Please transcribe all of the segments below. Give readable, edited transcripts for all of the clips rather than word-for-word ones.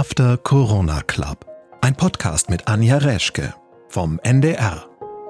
After Corona Club, ein Podcast mit Anja Reschke vom NDR.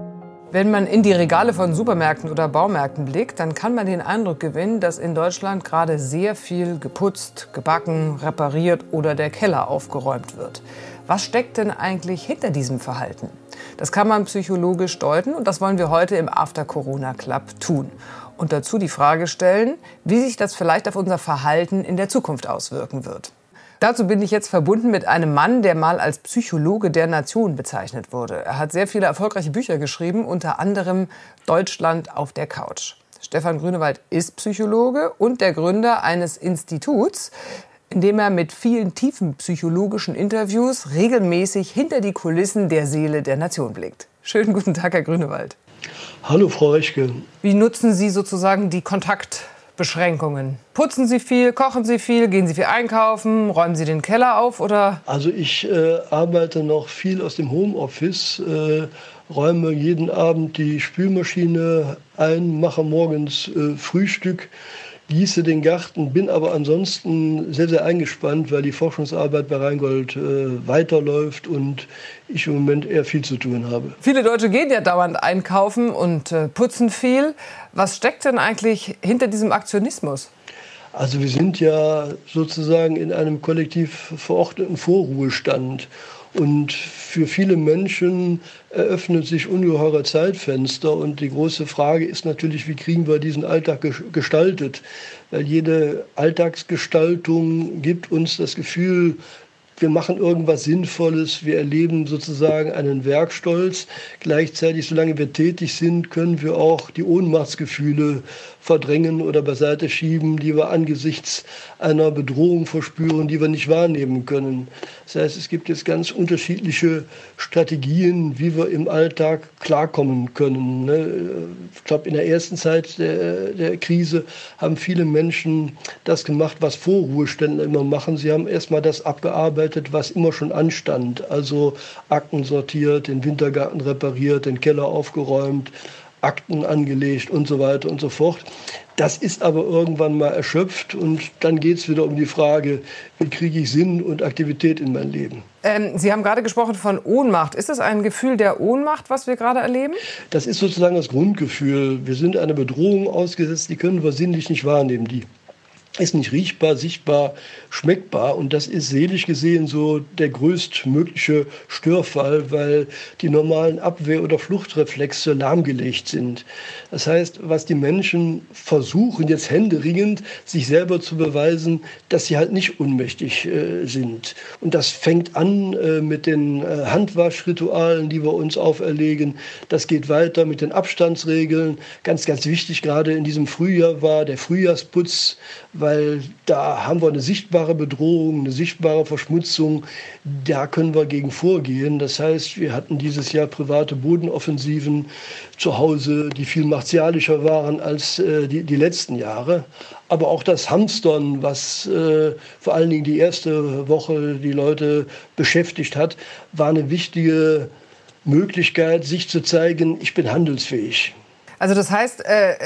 Wenn man in die Regale von Supermärkten oder Baumärkten blickt, dann kann man den Eindruck gewinnen, dass in Deutschland gerade sehr viel geputzt, gebacken, repariert oder der Keller aufgeräumt wird. Was steckt denn eigentlich hinter diesem Verhalten? Das kann man psychologisch deuten und das wollen wir heute im After Corona Club tun. Und dazu die Frage stellen, wie sich das vielleicht auf unser Verhalten in der Zukunft auswirken wird. Dazu bin ich jetzt verbunden mit einem Mann, der mal als Psychologe der Nation bezeichnet wurde. Er hat sehr viele erfolgreiche Bücher geschrieben, unter anderem Deutschland auf der Couch. Stefan Grünewald ist Psychologe und der Gründer eines Instituts, in dem er mit vielen tiefen psychologischen Interviews regelmäßig hinter die Kulissen der Seele der Nation blickt. Schönen guten Tag, Herr Grünewald. Hallo, Frau Reschke. Wie nutzen Sie sozusagen die Kontaktbeschränkungen? Putzen Sie viel, kochen Sie viel, gehen Sie viel einkaufen, räumen Sie den Keller auf oder? Also ich arbeite noch viel aus dem Homeoffice, räume jeden Abend die Spülmaschine ein, mache morgens Frühstück, gieße den Garten, bin aber ansonsten sehr, sehr eingespannt, weil die Forschungsarbeit bei Rheingold weiterläuft und ich im Moment eher viel zu tun habe. Viele Deutsche gehen ja dauernd einkaufen und putzen viel. Was steckt denn eigentlich hinter diesem Aktionismus? Also wir sind ja sozusagen in einem kollektiv verordneten Vorruhestand. Und für viele Menschen eröffnet sich ungeheure Zeitfenster. Und die große Frage ist natürlich, wie kriegen wir diesen Alltag gestaltet? Weil jede Alltagsgestaltung gibt uns das Gefühl, wir machen irgendwas Sinnvolles, wir erleben sozusagen einen Werkstolz. Gleichzeitig, solange wir tätig sind, können wir auch die Ohnmachtsgefühle verdrängen oder beiseite schieben, die wir angesichts einer Bedrohung verspüren, die wir nicht wahrnehmen können. Das heißt, es gibt jetzt ganz unterschiedliche Strategien, wie wir im Alltag klarkommen können. Ich glaube, in der ersten Zeit der Krise haben viele Menschen das gemacht, was Vorruheständler immer machen. Sie haben erstmal das abgearbeitet, was immer schon anstand. Also Akten sortiert, den Wintergarten repariert, den Keller aufgeräumt, Akten angelegt und so weiter und so fort. Das ist aber irgendwann mal erschöpft und dann geht es wieder um die Frage, wie kriege ich Sinn und Aktivität in mein Leben. Sie haben gerade gesprochen von Ohnmacht. Ist das ein Gefühl der Ohnmacht, was wir gerade erleben? Das ist sozusagen das Grundgefühl. Wir sind einer Bedrohung ausgesetzt, die können wir sinnlich nicht wahrnehmen. Die ist nicht riechbar, sichtbar, schmeckbar. Und das ist seelisch gesehen so der größtmögliche Störfall, weil die normalen Abwehr- oder Fluchtreflexe lahmgelegt sind. Das heißt, was die Menschen versuchen, jetzt händeringend, sich selber zu beweisen, dass sie halt nicht ohnmächtig sind. Und das fängt an mit den Handwaschritualen, die wir uns auferlegen. Das geht weiter mit den Abstandsregeln. Ganz, ganz wichtig, gerade in diesem Frühjahr war der Frühjahrsputz, weil da haben wir eine sichtbare Bedrohung, eine sichtbare Verschmutzung. Da können wir gegen vorgehen. Das heißt, wir hatten dieses Jahr private Bodenoffensiven zu Hause, die viel martialischer waren als die letzten Jahre. Aber auch das Hamstern, was vor allen Dingen die erste Woche die Leute beschäftigt hat, war eine wichtige Möglichkeit, sich zu zeigen, ich bin handelsfähig. Also das heißt,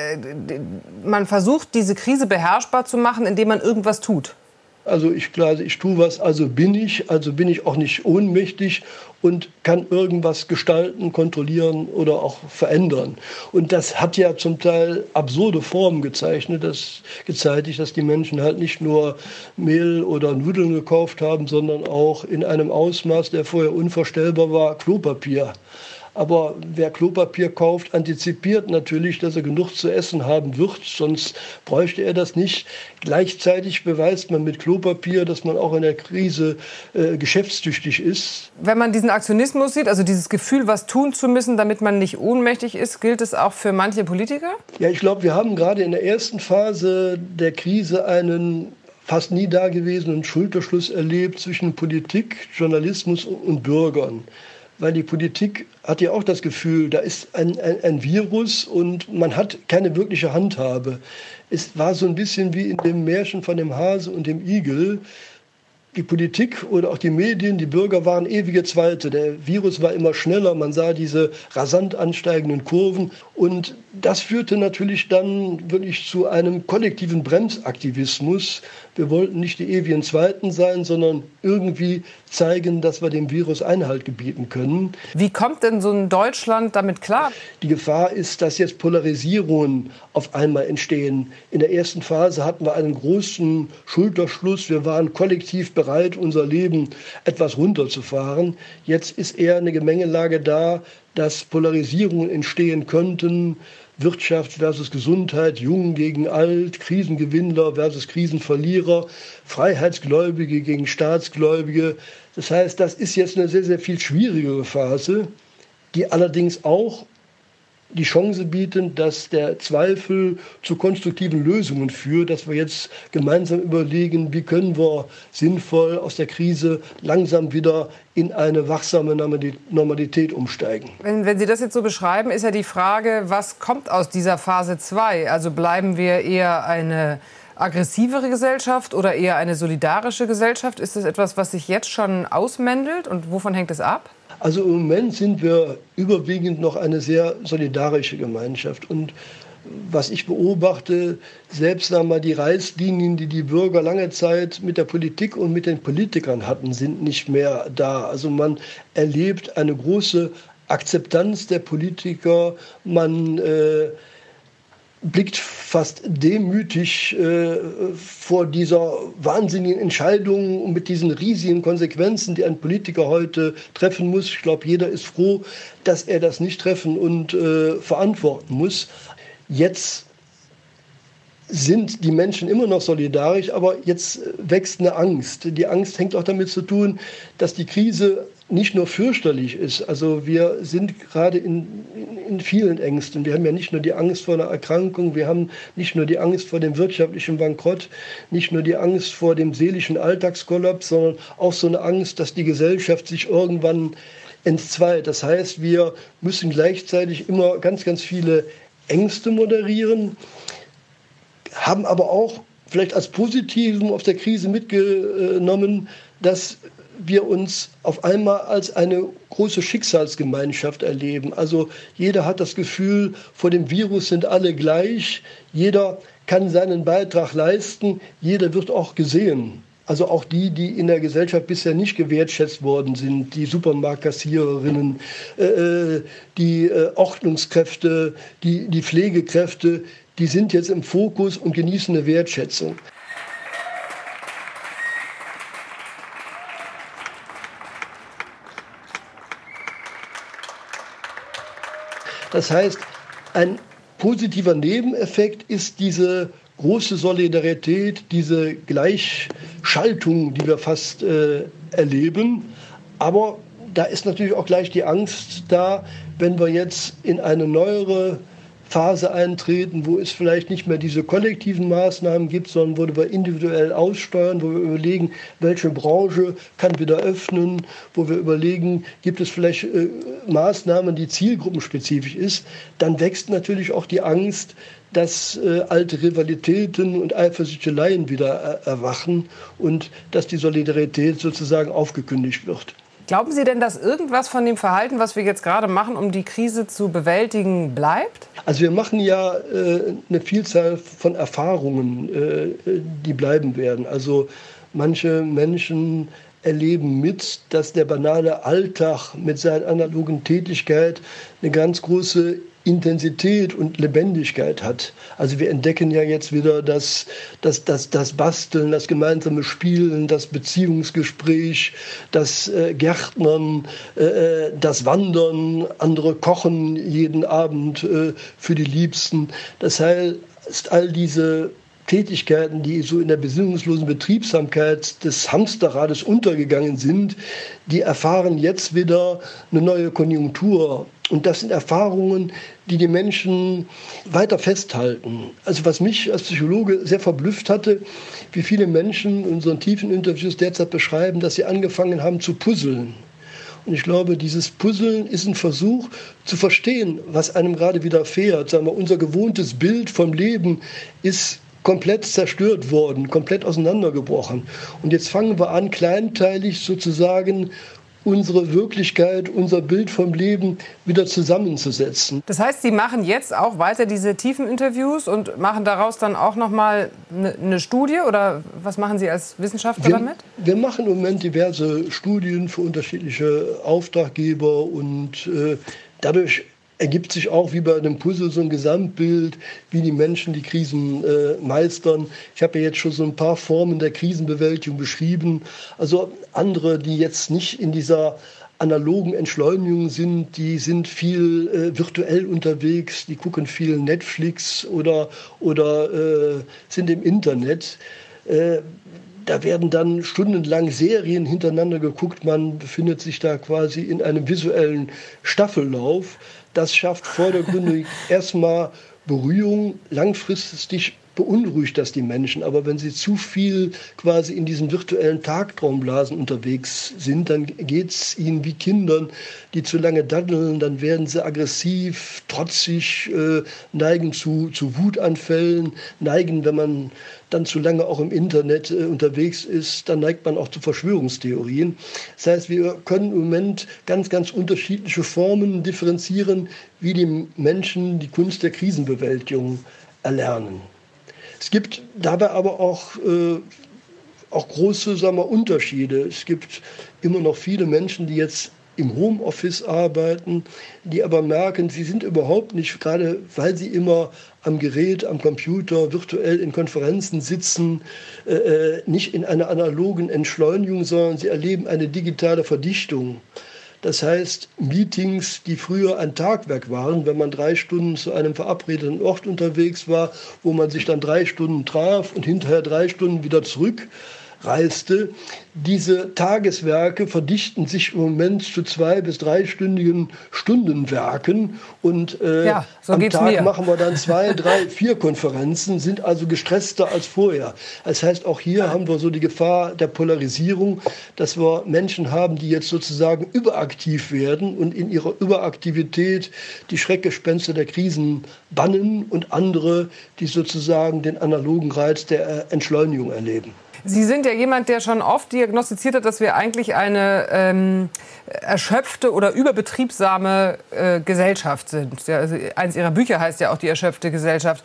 man versucht, diese Krise beherrschbar zu machen, indem man irgendwas tut. Also ich tue was, also bin ich auch nicht ohnmächtig und kann irgendwas gestalten, kontrollieren oder auch verändern. Und das hat ja zum Teil absurde Formen gezeitigt, dass die Menschen halt nicht nur Mehl oder Nudeln gekauft haben, sondern auch in einem Ausmaß, der vorher unvorstellbar war, Klopapier. Aber wer Klopapier kauft, antizipiert natürlich, dass er genug zu essen haben wird, sonst bräuchte er das nicht. Gleichzeitig beweist man mit Klopapier, dass man auch in der Krise geschäftstüchtig ist. Wenn man diesen Aktionismus sieht, also dieses Gefühl, was tun zu müssen, damit man nicht ohnmächtig ist, gilt es auch für manche Politiker? Ja, ich glaube, wir haben gerade in der ersten Phase der Krise einen fast nie dagewesenen Schulterschluss erlebt zwischen Politik, Journalismus und Bürgern. Weil die Politik hat ja auch das Gefühl, da ist ein Virus und man hat keine wirkliche Handhabe. Es war so ein bisschen wie in dem Märchen von dem Hase und dem Igel. die Politik oder auch die Medien, die Bürger waren ewige Zweite. Der Virus war immer schneller, man sah diese rasant ansteigenden Kurven. Und das führte natürlich dann wirklich zu einem kollektiven Bremsaktivismus. Wir wollten nicht die ewigen Zweiten sein, sondern irgendwie zeigen, dass wir dem Virus Einhalt gebieten können. Wie kommt denn so ein Deutschland damit klar? Die Gefahr ist, dass jetzt Polarisierungen auf einmal entstehen. In der ersten Phase hatten wir einen großen Schulterschluss. Wir waren kollektiv bereit, unser Leben etwas runterzufahren. Jetzt ist eher eine Gemengelage da, dass Polarisierungen entstehen könnten. Wirtschaft versus Gesundheit, Jung gegen Alt, Krisengewinner versus Krisenverlierer, Freiheitsgläubige gegen Staatsgläubige. Das heißt, das ist jetzt eine sehr, sehr viel schwierigere Phase, die allerdings auch die Chance bieten, dass der Zweifel zu konstruktiven Lösungen führt, dass wir jetzt gemeinsam überlegen, wie können wir sinnvoll aus der Krise langsam wieder in eine wachsame Normalität umsteigen. Wenn Sie das jetzt so beschreiben, ist ja die Frage, was kommt aus dieser Phase 2? Also bleiben wir eher eine aggressivere Gesellschaft oder eher eine solidarische Gesellschaft? Ist das etwas, was sich jetzt schon ausmändelt und wovon hängt es ab? Also im Moment sind wir überwiegend noch eine sehr solidarische Gemeinschaft. Und was ich beobachte, selbst einmal die Reißlinien, die die Bürger lange Zeit mit der Politik und mit den Politikern hatten, sind nicht mehr da. Also man erlebt eine große Akzeptanz der Politiker, man blickt fast demütig vor dieser wahnsinnigen Entscheidung und mit diesen riesigen Konsequenzen, die ein Politiker heute treffen muss. Ich glaube, jeder ist froh, dass er das nicht treffen und verantworten muss. Jetzt sind die Menschen immer noch solidarisch, aber jetzt wächst eine Angst. Die Angst hängt auch damit zu tun, dass die Krise nicht nur fürchterlich ist. Also wir sind gerade in vielen Ängsten. Wir haben ja nicht nur die Angst vor einer Erkrankung, wir haben nicht nur die Angst vor dem wirtschaftlichen Bankrott, nicht nur die Angst vor dem seelischen Alltagskollaps, sondern auch so eine Angst, dass die Gesellschaft sich irgendwann entzweit. Das heißt, wir müssen gleichzeitig immer ganz, ganz viele Ängste moderieren, haben aber auch vielleicht als Positivum aus der Krise mitgenommen, dass wir uns auf einmal als eine große Schicksalsgemeinschaft erleben. Also jeder hat das Gefühl, vor dem Virus sind alle gleich, jeder kann seinen Beitrag leisten, jeder wird auch gesehen. Also auch die, die in der Gesellschaft bisher nicht gewertschätzt worden sind, die Supermarktkassiererinnen, die Ordnungskräfte, die Pflegekräfte, die sind jetzt im Fokus und genießen eine Wertschätzung. Das heißt, ein positiver Nebeneffekt ist diese große Solidarität, diese Gleichschaltung, die wir fast erleben. Aber da ist natürlich auch gleich die Angst da, wenn wir jetzt in eine neuere Phase eintreten, wo es vielleicht nicht mehr diese kollektiven Maßnahmen gibt, sondern wo wir individuell aussteuern, wo wir überlegen, welche Branche kann wieder öffnen, wo wir überlegen, gibt es vielleicht Maßnahmen, die zielgruppenspezifisch ist, dann wächst natürlich auch die Angst, dass alte Rivalitäten und Eifersüchteleien wieder erwachen und dass die Solidarität sozusagen aufgekündigt wird. Glauben Sie denn, dass irgendwas von dem Verhalten, was wir jetzt gerade machen, um die Krise zu bewältigen, bleibt? Also wir machen ja eine Vielzahl von Erfahrungen, die bleiben werden. Also manche Menschen erleben mit, dass der banale Alltag mit seiner analogen Tätigkeit eine ganz große Intensität und Lebendigkeit hat. Also wir entdecken ja jetzt wieder das Basteln, das gemeinsame Spielen, das Beziehungsgespräch, das Gärtnern, das Wandern, andere kochen jeden Abend für die Liebsten. Das heißt, all diese Tätigkeiten, die so in der besinnungslosen Betriebsamkeit des Hamsterrades untergegangen sind, die erfahren jetzt wieder eine neue Konjunktur. Und das sind Erfahrungen, die die Menschen weiter festhalten. Also was mich als Psychologe sehr verblüfft hatte, wie viele Menschen in unseren tiefen Interviews derzeit beschreiben, dass sie angefangen haben zu puzzeln. Und ich glaube, dieses Puzzeln ist ein Versuch zu verstehen, was einem gerade widerfährt. Sagen wir, unser gewohntes Bild vom Leben ist komplett zerstört worden, komplett auseinandergebrochen. Und jetzt fangen wir an, kleinteilig sozusagen unsere Wirklichkeit, unser Bild vom Leben wieder zusammenzusetzen. Das heißt, Sie machen jetzt auch weiter diese tiefen Interviews und machen daraus dann auch noch mal eine Studie? Oder was machen Sie als Wissenschaftler damit? Wir machen im Moment diverse Studien für unterschiedliche Auftraggeber und dadurch ergibt sich auch wie bei einem Puzzle so ein Gesamtbild, wie die Menschen die Krisen meistern. Ich habe ja jetzt schon so ein paar Formen der Krisenbewältigung beschrieben. Also andere, die jetzt nicht in dieser analogen Entschleunigung sind, die sind viel virtuell unterwegs, die gucken viel Netflix oder sind im Internet. Da werden dann stundenlang Serien hintereinander geguckt. Man befindet sich da quasi in einem visuellen Staffellauf. Das schafft vordergründig erstmal Berührung. Langfristig beunruhigt das die Menschen. Aber wenn sie zu viel quasi in diesen virtuellen Tagtraumblasen unterwegs sind, dann geht es ihnen wie Kindern, die zu lange daddeln. Dann werden sie aggressiv, trotzig, neigen zu Wutanfällen, neigen, wenn man dann zu lange auch im Internet unterwegs ist, dann neigt man auch zu Verschwörungstheorien. Das heißt, wir können im Moment ganz, ganz unterschiedliche Formen differenzieren, wie die Menschen die Kunst der Krisenbewältigung erlernen. Es gibt dabei aber auch große, sagen wir, Unterschiede. Es gibt immer noch viele Menschen, die jetzt im Homeoffice arbeiten, die aber merken, sie sind überhaupt nicht, gerade weil sie immer am Gerät, am Computer, virtuell in Konferenzen sitzen, nicht in einer analogen Entschleunigung, sondern sie erleben eine digitale Verdichtung. Das heißt, Meetings, die früher ein Tagwerk waren, wenn man 3 Stunden zu einem verabredeten Ort unterwegs war, wo man sich dann 3 Stunden traf und hinterher 3 Stunden wieder zurückreiste. Diese Tageswerke verdichten sich im Moment zu 2- bis 3-stündigen Stundenwerken und am Tag machen wir dann 2, 3, 4 Konferenzen, sind also gestresster als vorher. Das heißt, auch hier haben wir so die Gefahr der Polarisierung, dass wir Menschen haben, die jetzt sozusagen überaktiv werden und in ihrer Überaktivität die Schreckgespenster der Krisen bannen und andere, die sozusagen den analogen Reiz der Entschleunigung erleben. Sie sind ja jemand, der schon oft diagnostiziert hat, dass wir eigentlich eine erschöpfte oder überbetriebsame Gesellschaft sind. Ja, also eines Ihrer Bücher heißt ja auch die erschöpfte Gesellschaft.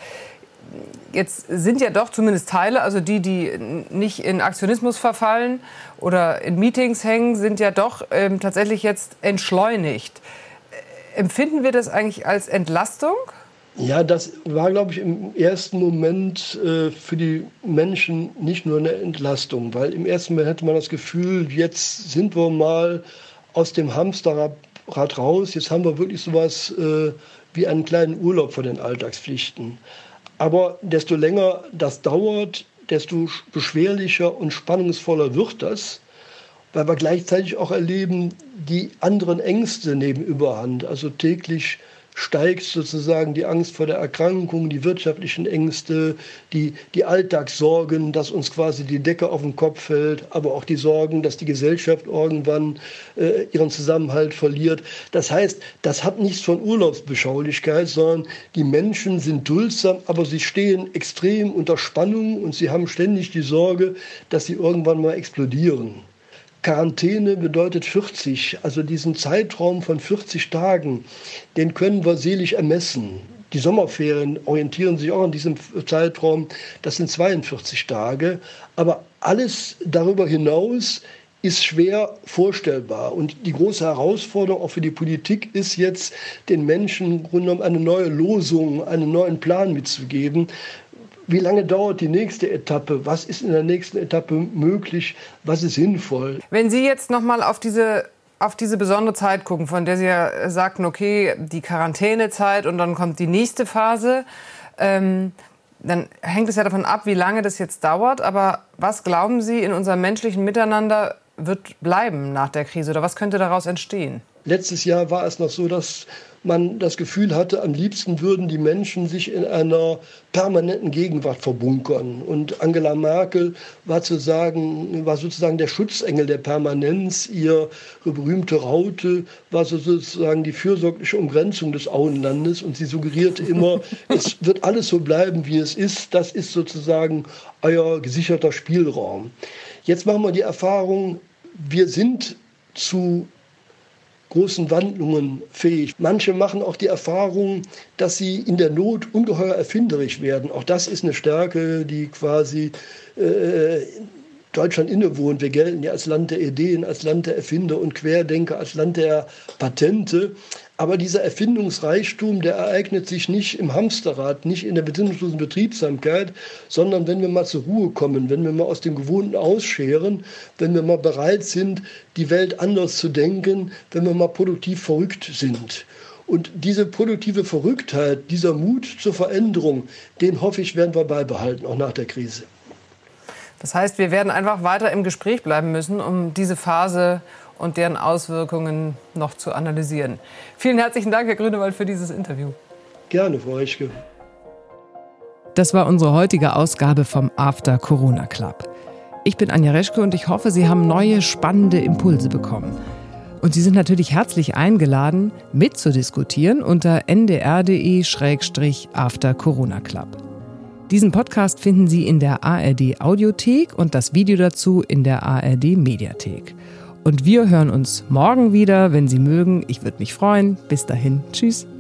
Jetzt sind ja doch zumindest Teile, also die nicht in Aktionismus verfallen oder in Meetings hängen, sind ja doch tatsächlich jetzt entschleunigt. Empfinden wir das eigentlich als Entlastung? Ja, das war, glaube ich, im ersten Moment für die Menschen nicht nur eine Entlastung, weil im ersten Moment hatte man das Gefühl, jetzt sind wir mal aus dem Hamsterrad raus, jetzt haben wir wirklich sowas wie einen kleinen Urlaub von den Alltagspflichten. Aber desto länger das dauert, desto beschwerlicher und spannungsvoller wird das, weil wir gleichzeitig auch erleben, die anderen Ängste nehmen überhand, also täglich steigt sozusagen die Angst vor der Erkrankung, die wirtschaftlichen Ängste, die Alltagssorgen, dass uns quasi die Decke auf den Kopf fällt, aber auch die Sorgen, dass die Gesellschaft irgendwann ihren Zusammenhalt verliert. Das heißt, das hat nichts von Urlaubsbeschaulichkeit, sondern die Menschen sind duldsam, aber sie stehen extrem unter Spannung und sie haben ständig die Sorge, dass sie irgendwann mal explodieren. Quarantäne bedeutet 40, also diesen Zeitraum von 40 Tagen, den können wir selig ermessen. Die Sommerferien orientieren sich auch an diesem Zeitraum, das sind 42 Tage. Aber alles darüber hinaus ist schwer vorstellbar. Und die große Herausforderung auch für die Politik ist jetzt, den Menschen im Grunde genommen eine neue Losung, einen neuen Plan mitzugeben. Wie lange dauert die nächste Etappe? Was ist in der nächsten Etappe möglich? Was ist sinnvoll? Wenn Sie jetzt noch mal auf diese besondere Zeit gucken, von der Sie ja sagten, okay, die Quarantänezeit und dann kommt die nächste Phase, dann hängt es ja davon ab, wie lange das jetzt dauert. Aber was glauben Sie, in unserem menschlichen Miteinander wird bleiben nach der Krise? Oder was könnte daraus entstehen? Letztes Jahr war es noch so, dass man das Gefühl hatte, am liebsten würden die Menschen sich in einer permanenten Gegenwart verbunkern. Und Angela Merkel war sozusagen der Schutzengel der Permanenz. Ihre berühmte Raute war sozusagen die fürsorgliche Umgrenzung des Auenlandes. Und sie suggerierte immer, es wird alles so bleiben, wie es ist. Das ist sozusagen euer gesicherter Spielraum. Jetzt machen wir die Erfahrung, wir sind zu großen Wandlungen fähig. Manche machen auch die Erfahrung, dass sie in der Not ungeheuer erfinderisch werden. Auch das ist eine Stärke, die quasi Deutschland innewohnt. Wir gelten ja als Land der Ideen, als Land der Erfinder und Querdenker, als Land der Patente. Aber dieser Erfindungsreichtum, der ereignet sich nicht im Hamsterrad, nicht in der besinnungslosen Betriebsamkeit, sondern wenn wir mal zur Ruhe kommen, wenn wir mal aus dem Gewohnten ausscheren, wenn wir mal bereit sind, die Welt anders zu denken, wenn wir mal produktiv verrückt sind. Und diese produktive Verrücktheit, dieser Mut zur Veränderung, den hoffe ich, werden wir beibehalten, auch nach der Krise. Das heißt, wir werden einfach weiter im Gespräch bleiben müssen, um diese Phase und deren Auswirkungen noch zu analysieren. Vielen herzlichen Dank, Herr Grünewald, für dieses Interview. Gerne, Frau Reschke. Das war unsere heutige Ausgabe vom After Corona Club. Ich bin Anja Reschke und ich hoffe, Sie haben neue, spannende Impulse bekommen. Und Sie sind natürlich herzlich eingeladen, mitzudiskutieren unter ndr.de/After Corona Club. Diesen Podcast finden Sie in der ARD Audiothek und das Video dazu in der ARD Mediathek. Und wir hören uns morgen wieder, wenn Sie mögen. Ich würde mich freuen. Bis dahin. Tschüss.